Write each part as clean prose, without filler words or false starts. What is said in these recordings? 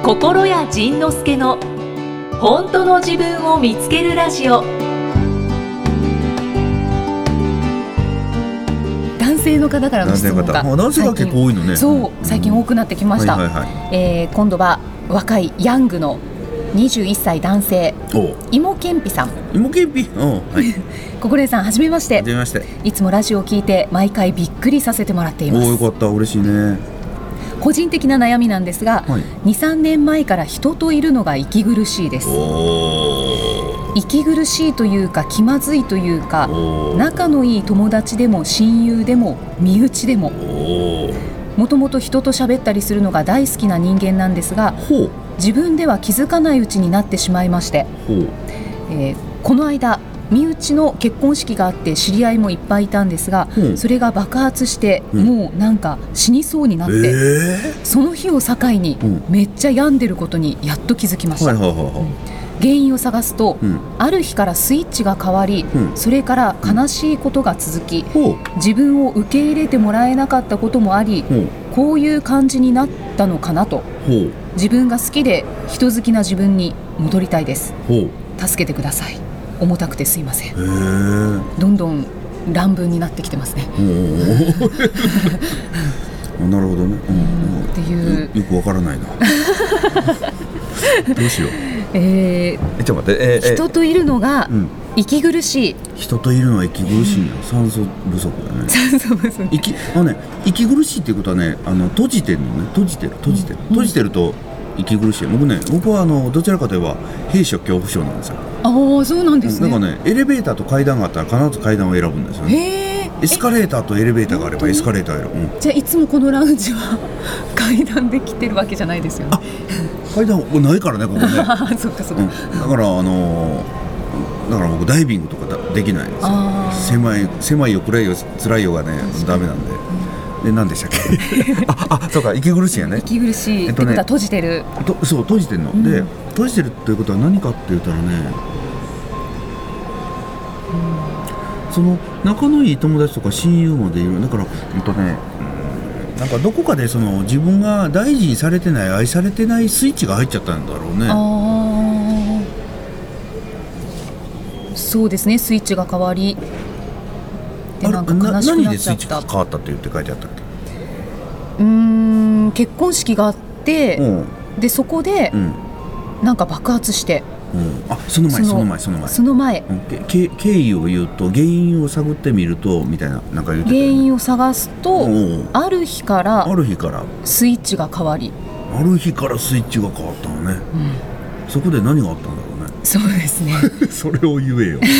心谷仁之助の本当の自分を見つけるラジオ。 男性の方からの質問が男性が結構多いのね。 そう最近多くなってきました、今度は若いヤングの21歳男性、芋けんぴさん。 芋けんぴ、 心谷さん、はじめまして。 はじめまして。 いつもラジオを聞いて毎回びっくりさせてもらっています。 よかった、嬉しいね。 個人的な悩みなんですが、2、3年前から人といるのが息苦しいです。息苦しいというか気まずいというか、仲のいい友達でも親友でも身内でも、もともと人と喋ったりするのが大好きな人間なんですが、自分では気づかないうちになってしまいまして、この間身内の結婚式があって知り合いもいっぱいいたんですが、それが爆発して、もうなんか死にそうになって、その日を境にめっちゃ病んでることにやっと気づきました。原因を探すと、ある日からスイッチが変わり、それから悲しいことが続き、自分を受け入れてもらえなかったこともあり、こういう感じになったのかなと。自分が好きで人好きな自分に戻りたいです。助けてください。重たくてすいません。どんどん乱文になってきてますね。 なるほどね、 っていうよくわからないな。どうしよう。ちょっと待って、 人といるのが息苦しい。 人といるのは息苦しいよ、酸素不足だね。 酸素不足。 息苦しいっていうことはね、閉じてるのね。閉じてると息苦しい。僕はどちらかといえば閉所恐怖症なんですよ。 そうなんですね。 だからね、エレベーターと階段があったら必ず階段を選ぶんですよね。エスカレーターとエレベーターがあればエスカレーターを選ぶ。 じゃあいつもこのラウンジは階段で来てるわけじゃないですよね。 階段ないからね、ここね。 そっかそっか。 だから僕ダイビングとかできないんですよ。狭いよ暗いよ辛いよがねダメなんで。で、何でしたっけ。そうか、息苦しいやね。息苦しいってことは閉じてる。そう、閉じてるの、で閉じてるということは何かって言ったらね、その仲のいい友達とか親友までいる。だからなんかどこかでその自分が大事にされてない、愛されてないスイッチが入っちゃったんだろうね。 そうですね、スイッチが変わりで、なんか悲しくなっちゃった。 何でスイッチが変わったって言って書いてあったっけ。 結婚式があって、でそこで、なんか爆発して、その前、 経緯を言うと、原因を探ってみるとみたいな、なんか言ってたよね。 原因を探すと、ある日からスイッチが変わり、 ある日からスイッチが変わったのね。そこで何があったんだろうね。 そうですね。 それを言えよ。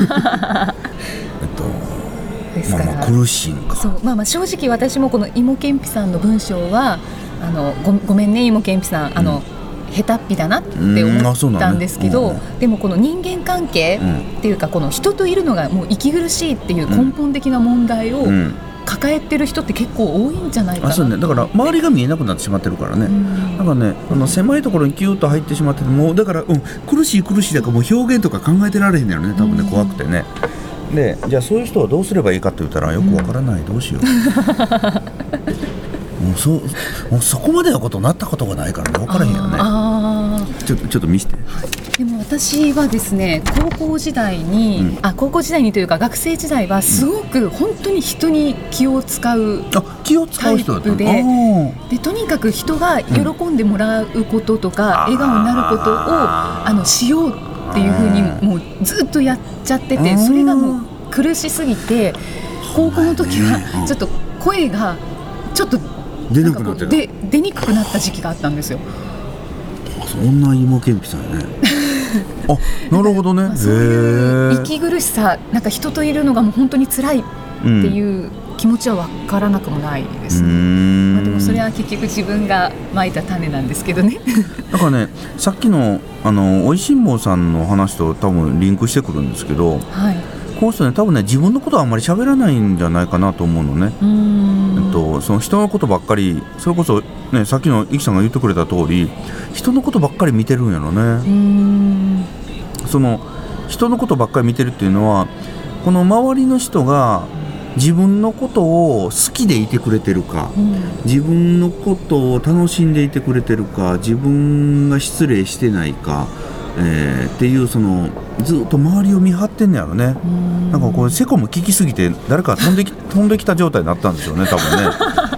ですから、苦しいのか。 そう、正直私もこの芋けんぴさんの文章はごめんね芋けんぴさん、下手っぴだなって思ったんですけど、でもこの人間関係っていうか、この人といるのがもう息苦しいっていう根本的な問題を抱えてる人って結構多いんじゃないかな。 そうね、だから周りが見えなくなってしまってるからね。だからね、狭いところにキューッと入ってしまってて、もうだから、苦しいだからもう表現とか考えてられへんのよね、多分ね、怖くてね。で、じゃあそういう人はどうすればいいかって言ったらよくわからない、どうしよう。もうそこまでのことになったことがないからね、分からへんよね。ちょっと見せて。 でも私はですね、高校時代にというか学生時代はすごく本当に人に気を使うタイプで、とにかく人が喜んでもらうこととか、笑顔になることをしようっていう風にもうずっとやっちゃってて、それがもう苦しすぎて、高校の時はちょっと声がちょっと出にくくなった時期があったんですよ。 そんな芋けんぴさんね。なるほどね。 そういう息苦しさ、なんか人といるのがもう本当に辛いっていう気持ちは分からなくもないですね。でもそれは結局自分がまいた種なんですけどね。 だからね、さっきのおいしん坊さんの話と多分リンクしてくるんですけど、この人ね、多分ね、自分のことはあんまり喋らないんじゃないかなと思うのね。その人のことばっかり、それこそね、さっきのイキさんが言ってくれた通り、人のことばっかり見てるんやろね。その人のことばっかり見てるっていうのは、この周りの人が自分のことを好きでいてくれてるか、自分のことを楽しんでいてくれてるか、自分が失礼してないか、っていうそのずっと周りを見張ってんのやろね。なんかこれセコム聞きすぎて誰か飛んできた状態になったんでしょうね多分ね。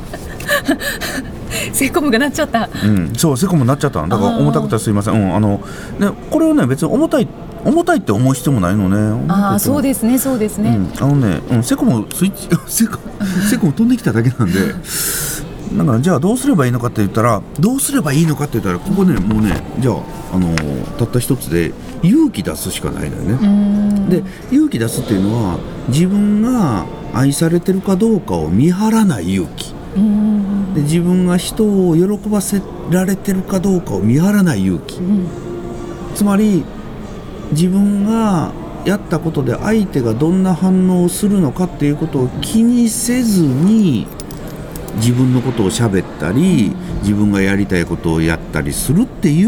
セコムがなっちゃった、 そうセコムになっちゃった。だから重たくてすいません。ね、これをね別に重たいって思う必要もないのね。 そうですねそうですね、 セコムスイッチセコム飛んできただけなんでだからじゃあどうすればいいのかって言ったらここねもうねじゃあ、たった一つで勇気出すしかないのよね。で勇気出すっていうのは自分が愛されてるかどうかを見張らない勇気で、自分が人を喜ばせられてるかどうかを見張らない勇気、つまり自分がやったことで相手がどんな反応をするのかっていうことを気にせずに自分のことを喋ったり自分がやりたいことをやったりするっていう、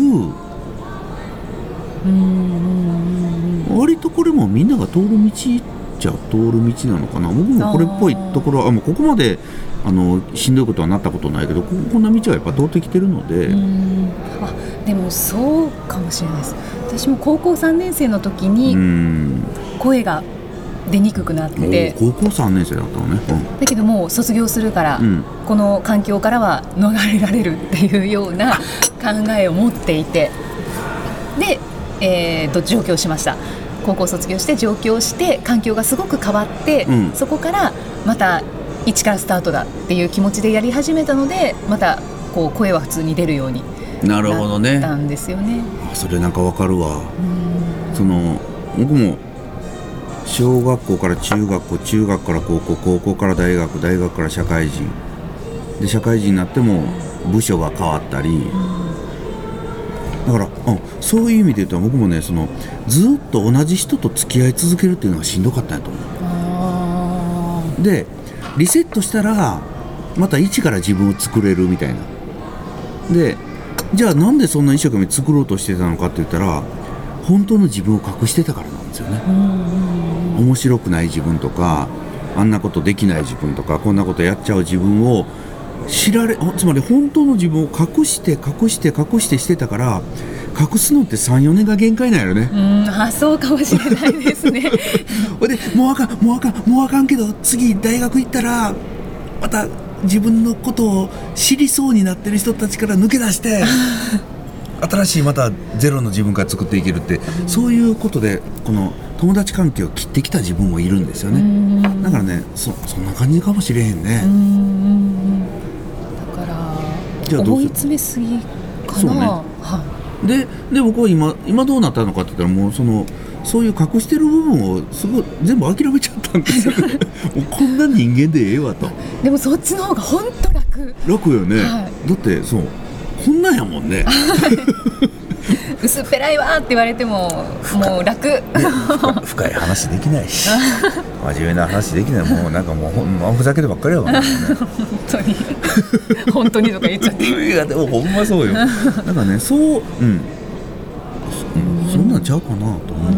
割とこれもみんなが通る道っちゃ通る道なのかな。僕もこれっぽいところはもうここまでしんどいことはなったことないけど、こんな道はやっぱ通ってきてるので。 でもそうかもしれないです。私も高校3年生の時に声が出にくくなって、 高校3年生だったのね、 だけどもう卒業するから、この環境からは逃れられるっていうような考えを持っていて、で、上京しました。高校卒業して上京して環境がすごく変わって、そこからまた一からスタートだっていう気持ちでやり始めたので、またこう声は普通に出るようになったんですよね。 それなんかわかるわ。僕も小学校から中学校、中学から高校、高校から大学、大学から社会人で、社会人になっても部署が変わったり、だから、そういう意味で言うと僕もねずっと同じ人と付き合い続けるっていうのがしんどかったんやと思う。でリセットしたらまた一から自分を作れるみたいな。でじゃあなんでそんな一生懸命作ろうとしてたのかって言ったら、本当の自分を隠してたからなんですよね。面白くない自分とか、あんなことできない自分とか、こんなことやっちゃう自分をつまり本当の自分を隠してしてたから、隠すのって 3,4 年が限界なんやろね。 そうかもしれないですね。 でもうあかんけど、次大学行ったらまた自分のことを知りそうになってる人たちから抜け出して新しいまたゼロの自分から作っていけるって、そういうことでこの友達関係を切ってきた自分もいるんですよね。だからね、そんな感じかもしれへんね。 だから思い詰めすぎかな。 で僕は今どうなったのかって言ったら、もうそういう隠してる部分をすごい全部諦めちゃったんですよね。もうこんな人間でええわと。 でもそっちの方が本当楽よね、だってこんなんやもんね。 薄っぺらいわって言われてももう楽。 深い話できないし真面目な話できない。もうなんかもうふざけてばっかりやもんね。 本当にとか言っちゃって。 いやでもほんまそうよ。だからねそんなんちゃうかなと思う。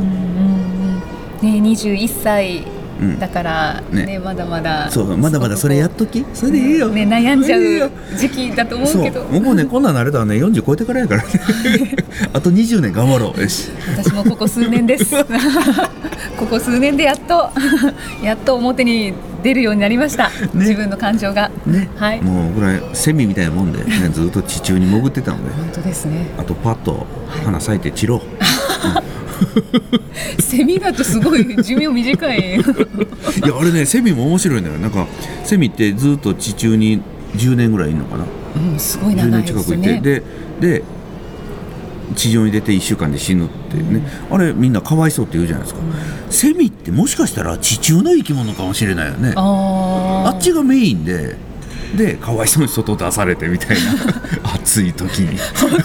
21歳だからまだまだまだまだそれやっとき、それでいいよ、 悩んじゃう時期だと思うけど、 僕もねこんなんなれたらね40超えてからやからね。あと20年頑張ろう。よし、 私もここ数年です。ここ数年でやっと表に出るようになりました、自分の感情が、もうこれセミみたいなもんで、ずっと地中に潜ってたので、 本当ですね。 あとパッと花咲いて散ろう。 セミだとすごい寿命短い。いやあれね、セミも面白いんだよ。なんかセミってずっと地中に10年ぐらいいるのかな、 すごい長いですね。 10年近くいて、で地上に出て1週間で死ぬってね、あれみんなかわいそうって言うじゃないですか。セミってもしかしたら地中の生き物かもしれないよね。あっちがメインでかわいそうに外出されてみたいな。暑い時に。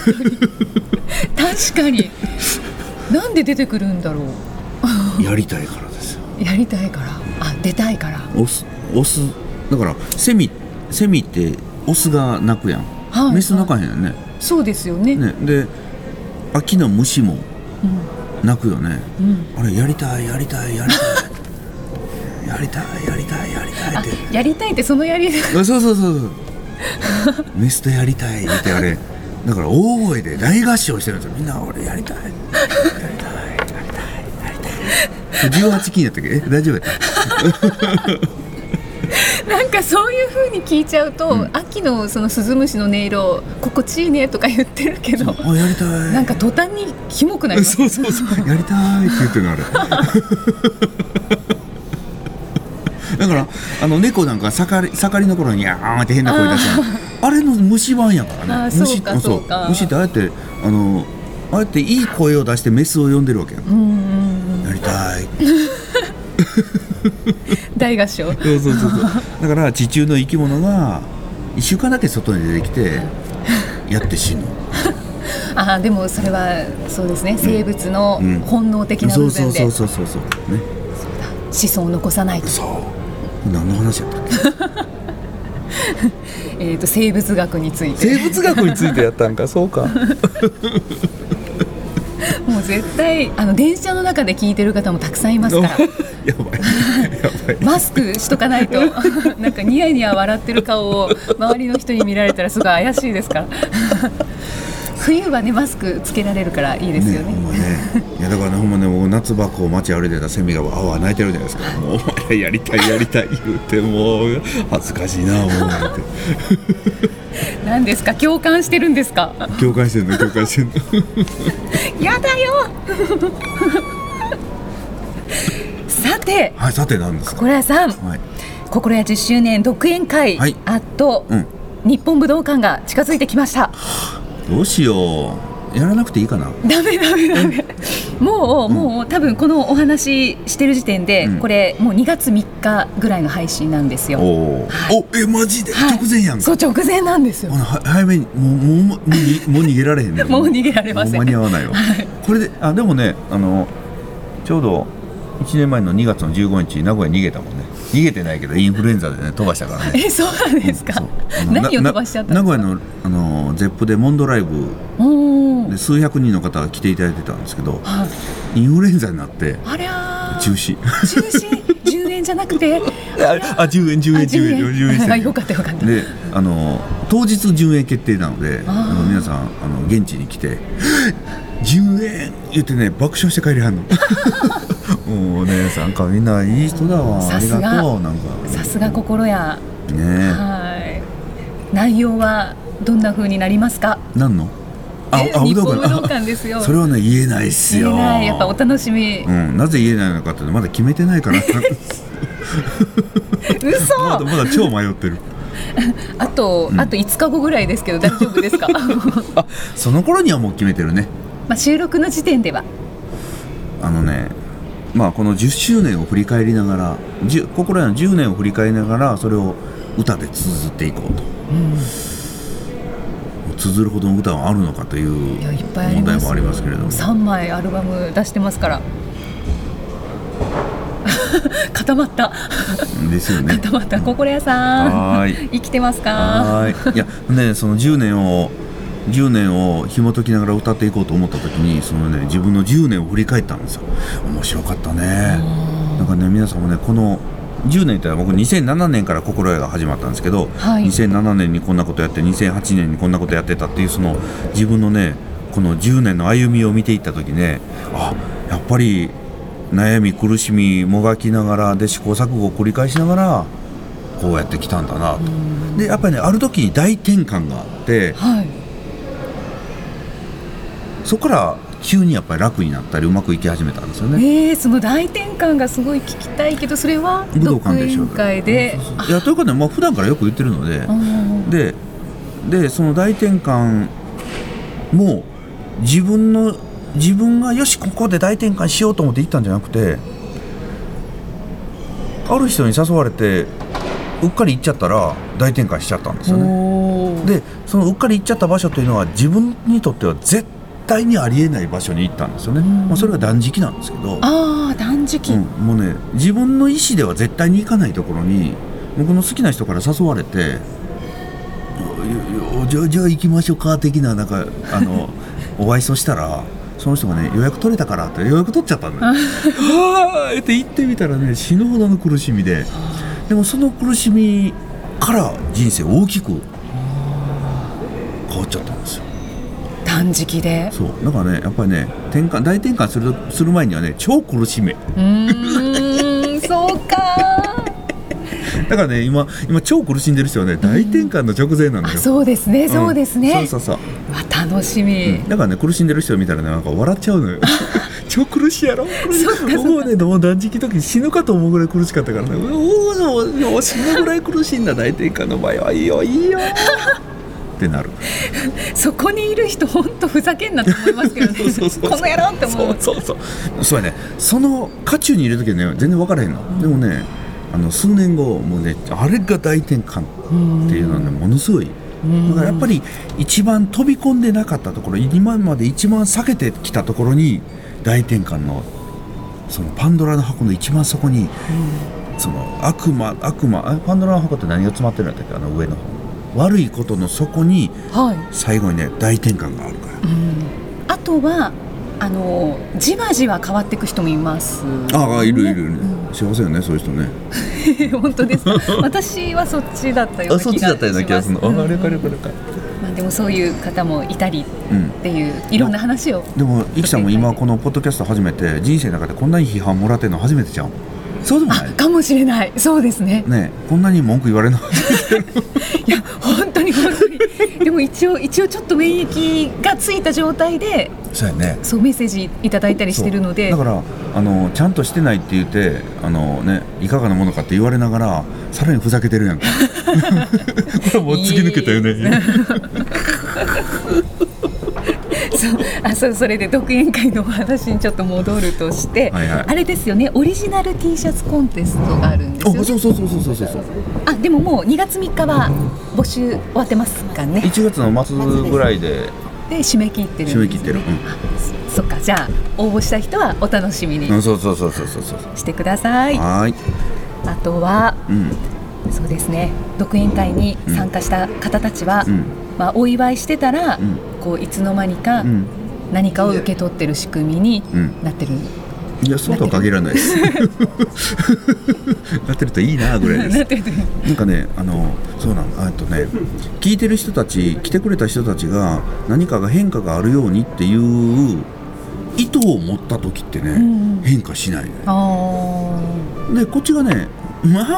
確かに。なんで出てくるんだろう。やりたいからですよ。 やりたいから、出たいから。 オスだからセミってオスが鳴くやん、メス鳴かへんやんね。 そうですよね。 で秋の虫も鳴くよね、あれやりたいやりたいってやりたいってそのやりそうメスとやりたいってあれだから大声で大合唱してるんですよ。みんな俺やりたい18禁やったっけ？大丈夫やったなんかそういう風に聞いちゃうと、秋のそのスズムシの音色心地いいねとか言ってるけど、 やりたいなんか途端にキモくなります。 そうやりたいって言ってるのあれだから猫なんか盛りの頃にやーって変な声出すのあれの虫版やからね。 そうか虫ってああやっていい声を出してメスを呼んでるわけややりたい大合唱そうだから地中の生き物が1週間だけ外に出てきてやって死ぬでもそれはそうですね、生物の本能的な部分で、 そうね、 子孫を残さないと。 そう何の話やったっけ生物学について生物学についてやったんかそうかもう絶対電車の中で聞いてる方もたくさんいますからやばいマスクしとかないとなんかニヤニヤ笑ってる顔を周りの人に見られたらすごい怪しいですから冬はねマスクつけられるからいいですよね。 いやだからねほんまねもう夏場こう街歩いてたセミがわ泣いてるじゃないですか。もうお前やりたい言ってもう恥ずかしいなもうって何ですか共感してるんですか？ 共感してんのやだよさて何ですか心屋さん、心屋10周年独演会、日本武道館が近づいてきました。 どうしようやらなくていいかな。 ダメもう多分このお話してる時点で、これもう2月3日ぐらいの配信なんですよ。 マジで、直前やんか。 そう直前なんですよ。 早めにもう逃げられへんねもう逃げられません。 もう間に合わないわ、これででもねちょうど1年前の2月の15日名古屋逃げたもんね。逃げてないけどインフルエンザでね飛ばしたからね。 そうなんですか。何を飛ばしちゃったんですか？ 名古屋のゼップでモンドライブで数百人の方が来ていただいてたんですけど、インフルエンザになって中止 10円じゃなくて 10円してよかったで当日10円決定なので皆さん現地に来て10円言ってね爆笑して帰りはんのもうお姉さんかみんないい人だわ。ありがとう。なんかさすが心屋ね。 内容はどんな風になりますか？ 何の日本武道館ですよ。 それはね言えないっすよ。 やっぱお楽しみ、 なぜ言えないのかってまだ決めてないから嘘まだ超迷ってるあと5日後ぐらいですけど大丈夫ですか？ その頃にはもう決めてるね。 収録の時点ではこの10周年を振り返りながら心屋の10年を振り返りながらそれを歌で綴っていこうと、綴るほどの歌はあるのかという問題もありますけれども、 3枚アルバム出してますから固まったですよね。 固まった。心屋さん生きてますか？ いやねその10年を紐解きながら歌っていこうと思った時に自分の10年を振り返ったんですよ。面白かったね。なんかね皆さんもねこの10年って僕2007年から心屋が始まったんですけど、2007年にこんなことやって2008年にこんなことやってたっていう自分のねこの10年の歩みを見ていった時ねやっぱり悩み苦しみもがきながらで試行錯誤を繰り返しながらこうやってきたんだなと。でやっぱりねある時に大転換があって、そこから急にやっぱり楽になったりうまくいき始めたんですよね。 その大転換がすごい聞きたいけど、それは独演会でいやというかね、普段からよく言ってるのでその大転換も自分がよしここで大転換しようと思って行ったんじゃなくて、ある人に誘われてうっかり行っちゃったら大転換しちゃったんですよね。でそのうっかり行っちゃった場所というのは自分にとっては絶対にありえない場所に行ったんですよね。それが断食なんですけど、 断食、 もうね自分の意思では絶対に行かないところに僕の好きな人から誘われてじゃあ行きましょうか的なお会いしたらその人がね予約取れたからって予約取っちゃったんだよはーって言ってみたらね死ぬほどの苦しみで、でもその苦しみから人生大きく変わっちゃったんですよ、 断食で。 そうだからねやっぱりね大転換する前にはね超苦しめそうかだからね今超苦しんでる人はね大転換の直前なんだよ、 そうですねそうですね、 そうわ楽しみ、 だからね苦しんでる人を見たらねなんか笑っちゃうのよ超苦しいやろもうねもう断食の時死ぬかと思うぐらい苦しかったからねもう死ぬぐらい苦しいんだ大転換の場合はいいよってなるそこにいる人本当ふざけんなと思いますけどねこの野郎って思う。 そうやね、その渦中にいる時はね全然分からへんの、でもね数年後もうねあれが大転換っていうのはねものすごいだからやっぱり一番飛び込んでなかったところ今まで一番避けてきたところに大転換のそのパンドラの箱の一番底に、その悪魔パンドラの箱って何が詰まってるんだっけ上の方悪いことの底に、最後にね大転換があるから、 あとはじわじわ変わっていく人もいます、 いる、幸せよねそういう人ね本当です私はそっちだったような気がします。 そっちだったような気がするの、あれかでもそういう方もいたりっていう、いろんな話を。 でもイキさんも今このポッドキャスト始めて人生の中でこんなに批判もらってるの初めてじゃん。そうでもないかもしれない。そうですね。 こんなに文句言われるのいや本当にでも一応ちょっと免疫がついた状態でそうやね、 そうメッセージいただいたりしてるので、 だからちゃんとしてないって言っていかがなものかって言われながらさらにふざけてるやんかこれもう突き抜けたよねそれで独演会のお話にちょっと戻るとして、あれですよね、オリジナル T シャツコンテストがあるんですよね。そうでももう2月3日は募集終わってますかね。 1月の末ぐらいで締め切ってるんですよね。そっか、じゃあ応募した人はお楽しみにしてください。あとは、そうですね、独演会に参加した方たちは、お祝いしてたら、いつの間にか何かを受け取ってる仕組みになってる。 いやそうとは限らないですなってるといいなぐらいですなんかねそうなん聞いてる人たち来てくれた人たちが何かが変化があるようにっていう意図を持った時ってね、変化しないね。でこっちがねま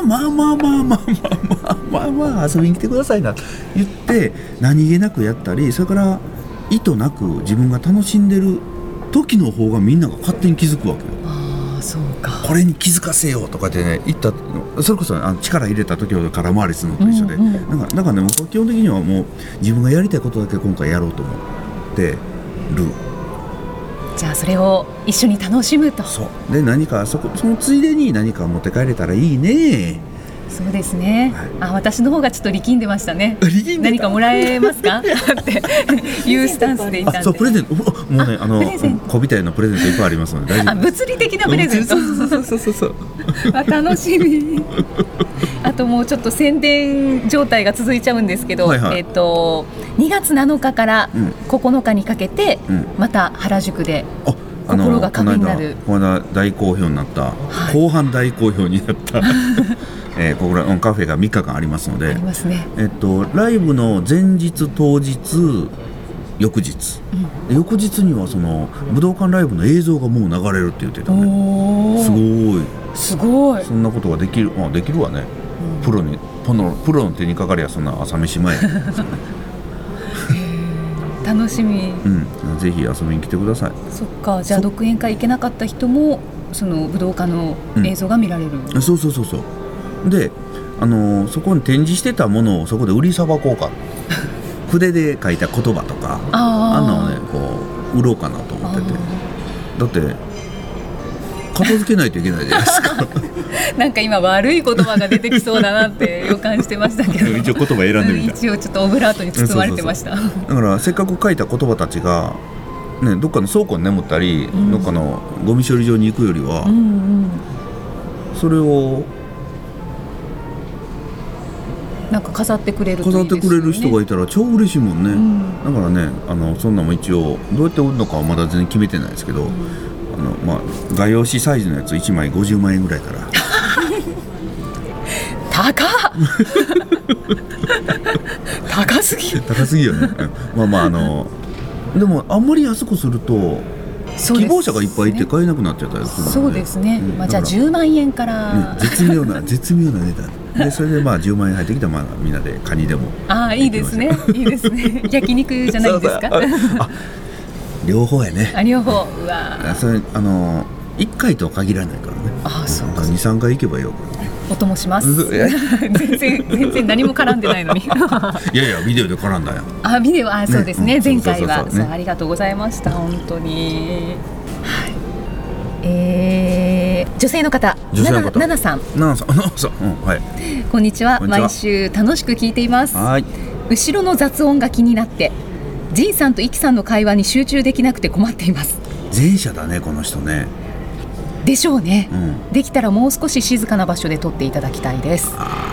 あ遊びに来てくださいな言って何気なくやったり、それから意図なく自分が楽しんでる時の方がみんなが勝手に気づくわけよ。 そうか、 これに気づかせようとかってね言ったそれこそ力入れた時ほど空回りするのと一緒で、だからね僕は基本的にはもう自分がやりたいことだけ今回やろうと思ってる。 じゃあそれを一緒に楽しむと。 そうで何かそのついでに何か持って帰れたらいいね。 そうですね、私の方がちょっと力んでましたね。何かもらえますかっていうスタンスでいたんで。 そうプレゼントもうね小びたいのプレゼントいっぱいありますので大丈夫。 物理的なプレゼントそう楽しみあともうちょっと宣伝状態が続いちゃうんですけど、2月7日から9日にかけて、また原宿で心が亀になる、 この間大好評になった、後半大好評になったここらカフェが3日間ありますので、 ありますね。 ライブの前日当日翌日、翌日にはその武道館ライブの映像がもう流れるって言ってたね。すごいそんなことができるわね、プロの手にかかりゃそんな朝飯前楽しみ、 ぜひ遊びに来てください。 そっか、じゃあ独演会行けなかった人もその武道館の映像が見られる、 そうでそこに展示してたものをそこで売りさばこうか筆で書いた言葉とかあんなのね売ろうかなと思ってて、だって片付けないといけないじゃないですかなんか今悪い言葉が出てきそうだなって予感してましたけど一応言葉選んでみた、 一応ちょっとオブラートに包まれてました。 だからせっかく書いた言葉たちが、どっかの倉庫に眠ったり、どっかのゴミ処理場に行くよりは、 なんか飾ってくれるといいですよね。 飾ってくれる人がいたら超嬉しいもんね、だからねそんなも一応どうやって売るのかはまだ全然決めてないですけど、画用紙サイズのやつ1枚50万円ぐらいから高っ高すぎよねでもあんまり安くすると希望者がいっぱいいて買えなくなっちゃったりするので、 そうですね、じゃあ10万円から、 絶妙な値段で、それで10万円入ってきたらみんなでカニでもいいですねいいですね焼肉じゃないんですか両方やね。 両方。うわそれ1回とは限らないからね。 そうか。 2,3 回行けばよくお供します全然何も絡んでないのにいやビデオで絡んだよ。 ビデオそうですね、前回はそうありがとうございました本当に。女性の方ナナさん、 はい、 こんにちは。毎週楽しく聞いています。 はい。 後ろの雑音が気になってジンさんとイキさんの会話に集中できなくて困っています。 前者だねこの人ね。 でしょうね、できたらもう少し静かな場所で撮っていただきたいです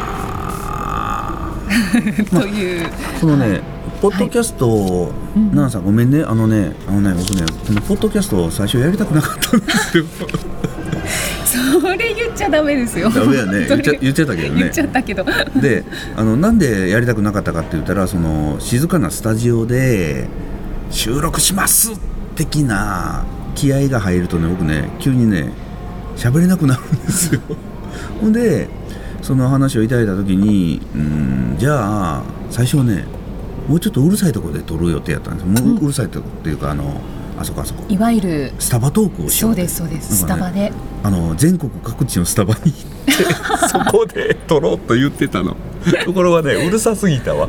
というそのね、ポッドキャストを、ナナさんごめんね僕ねこのポッドキャストを最初やりたくなかったんですよそれ言っちゃダメですよ。 ダメやね言っちゃったけどね。 言っちゃったけどでなんでやりたくなかったかって言ったら静かなスタジオで収録します的な気合が入るとね僕ね急にね喋れなくなるんですよほんでその話をいただいた時にじゃあ最初はねもうちょっとうるさいところで撮る予定やったんですよ。もううるさいところっていうかあそこいわゆるスタバトークをしよう。 そうです、スタバで全国各地のスタバに行ってそこで撮ろうと言ってたのところはねうるさすぎたわ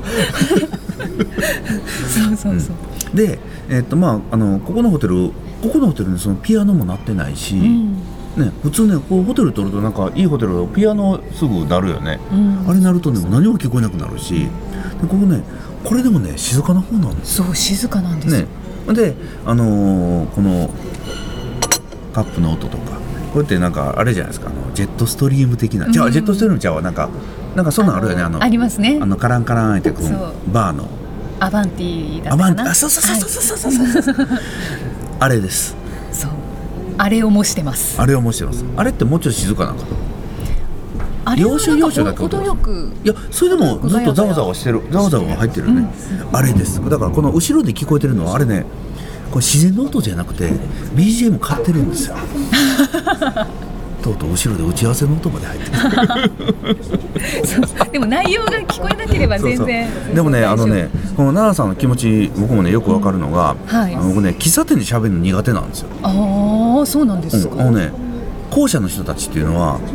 そうでここのホテルにそのピアノも鳴ってないし、普通ねこうホテル取るとなんかいいホテルピアノすぐ鳴るよね、あれ鳴るとね何も聞こえなくなるし、でこれでもね静かな方なんですよ。 そう静かなんですよ、 でこのカップの音とかこうやってなんかあれじゃないですかジェットストリーム的な、ジェットストリームちゃうわなんかそんなんあるよねありますね。 カランカランってバーのアバンティだったかな。 そうあれです。 そうあれを模してます。 あれってもうちょっと静かなんかな。 あれはなんか程よく、 いやそれでもずっとザワザワしてる、ザワザワが入ってるよね、あれです。だからこの後ろで聞こえてるのはあれねこれ自然の音じゃなくて BGM 買ってるんですよとうとう後ろで打ち合わせの音まで入ってるそうでも内容が聞こえなければ全然でもねこの奈々さんの気持ち僕もねよくわかるのが、僕ね喫茶店で喋るの苦手なんですよ。 そうなんですか。 後者の人たちっていうのは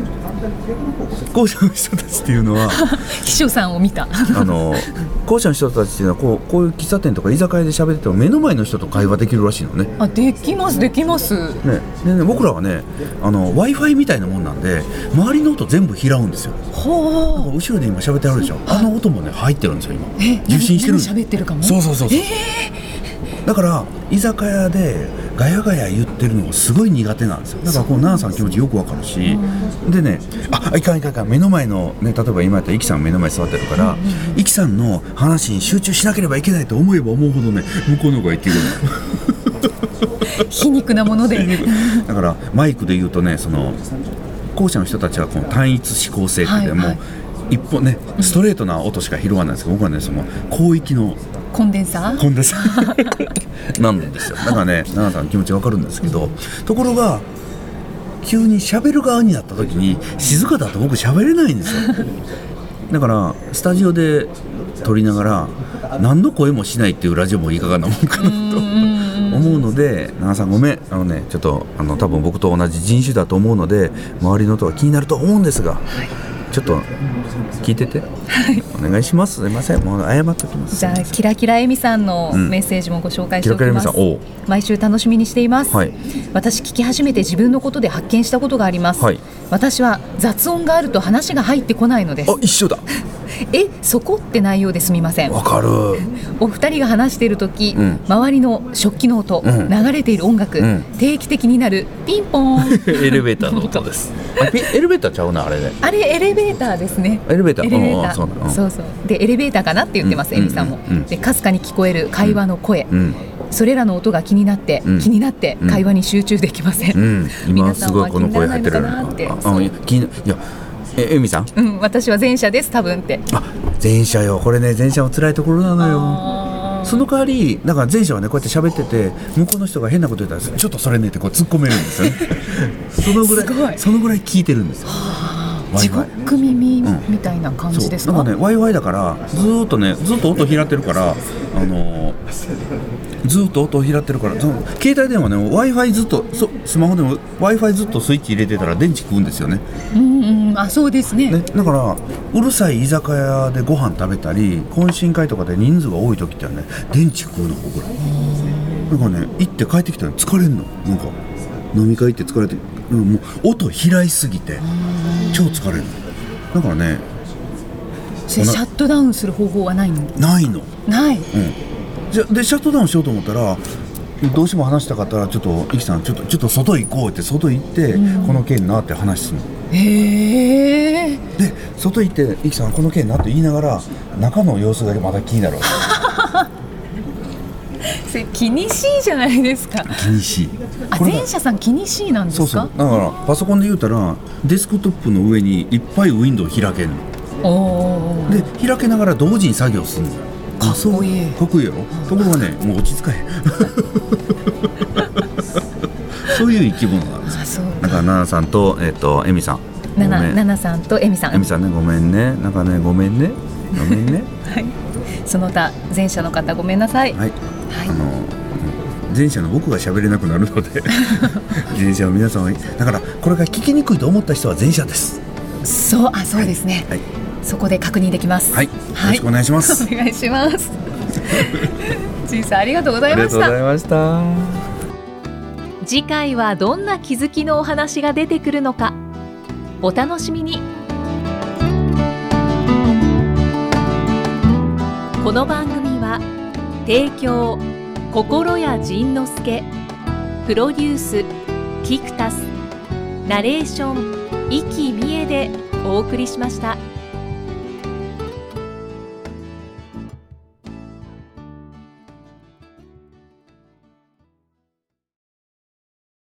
秘書さんを見た後者の人たちっていうのはこういう喫茶店とか居酒屋で喋ってても目の前の人と会話できるらしいのね。 できますで僕らはねWi-Fi みたいなもんなんで周りの音全部拾うんですよ。後ろで今喋ってあるでしょ、音もね入ってるんですよ今。受信してるんですよ。 何喋ってるかも。 そうだから居酒屋でガヤガヤ言ってるのがすごい苦手なんですよ。だからこの奈々さんの気持ちよくわかるし、でねいかん目の前の、例えば今やったらイキさん目の前に座ってるから、イキさんの話に集中しなければいけないと思えば思うほどね向こうの方が言ってくるの皮肉なものでだからマイクで言うとね後者の人たちはこの単一指向性ってもう一本ねストレートな音しか拾わないんですけど、僕はね広域のコンデンサーなんですよ。だからね奈々さんの気持ちわかるんですけど、ところが急に喋る側になった時に静かだと僕喋れないんですよ。だからスタジオで撮りながら何の声もしないっていうラジオもいかがなもんかなと思うので、奈々さんごめんちょっと多分僕と同じ人種だと思うので周りの音が気になると思うんですが、ちょっと聞いてて、お願いします。すいません、もう謝っておきます。 じゃあキラキラエミさんのメッセージもご紹介しておきます。毎週楽しみにしています、私聞き始めて自分のことで発見したことがあります、私は雑音があると話が入ってこないのです。 一緒だそこって内容ですみません。 わかる。 お二人が話しているとき、周りの食器の音、流れている音楽、定期的になるピンポーンエレベーターの音ですエレベーターちゃうな、あれね。 あれエレベーターですね。 エレベーター、 そうでエレベーターかなって言ってます、エミさんも。でかすかに聞こえる会話の声、それらの音が気になって、会話に集中できません。 今すごいこの声入ってる。いや、エミさん、 私は前者です多分って。 前者よ、これね、前者の辛いところなのよ。その代わりだから前者はね、こうやって喋ってて向こうの人が変なこと言ったらちょっとそれねってこう突っ込めるんですよねそのぐらい聞いてるんですよ。 地獄耳みたいな感じですか。 なんかね、Wi-Fi だからずっと音拾ってるから、ずっと音を拾ってるから、携帯電話ね Wi-Fi ずっとスマホでも Wi-Fi ずっとスイッチ入れてたら電池食うんですよね。 そうですね。 だからうるさい居酒屋でご飯食べたり懇親会とかで人数が多い時ってね、電池食うの僕ら。なんかね、行って帰ってきたら疲れんの。なんか飲み会行って疲れて、もう音拾いすぎて超疲れるの。だからね、 シャットダウンする方法はないの？ ないの。 ない。 でシャットダウンしようと思ったら、どうしても話したかったらちょっとイキさんちょっと外行こうって外行って、この件なって話すの。で外行ってイキさんこの件なって言いながら中の様子だけまだ気になるわそれ気にしいじゃないですか。 気にしい。 前者さん気にしいなんですか。 そうだからパソコンで言うたらデスクトップの上にいっぱいウィンドウ開けるので、開けながら同時に作業するの。 かっこいい。 かっこいいやろ。ところがね、もう落ち着かへんそういう生き物なんですよ。だからナナさんとエミさん、 ナナさんとエミさんね、ごめんね。なんかね、ごめんねはい、その他前者の方ごめんなさい。 前者の僕が喋れなくなるので前者の皆さんはだからこれが聞きにくいと思った人は前者です。 そうですね。そこで確認できます。 よろしくお願いします。 お願いします。ちいさんありがとうございました。 ありがとうございました。 次回はどんな気づきのお話が出てくるのか、お楽しみに。この番組は提供心谷仁之助、プロデュースキクタス、ナレーション生きみえでお送りしました。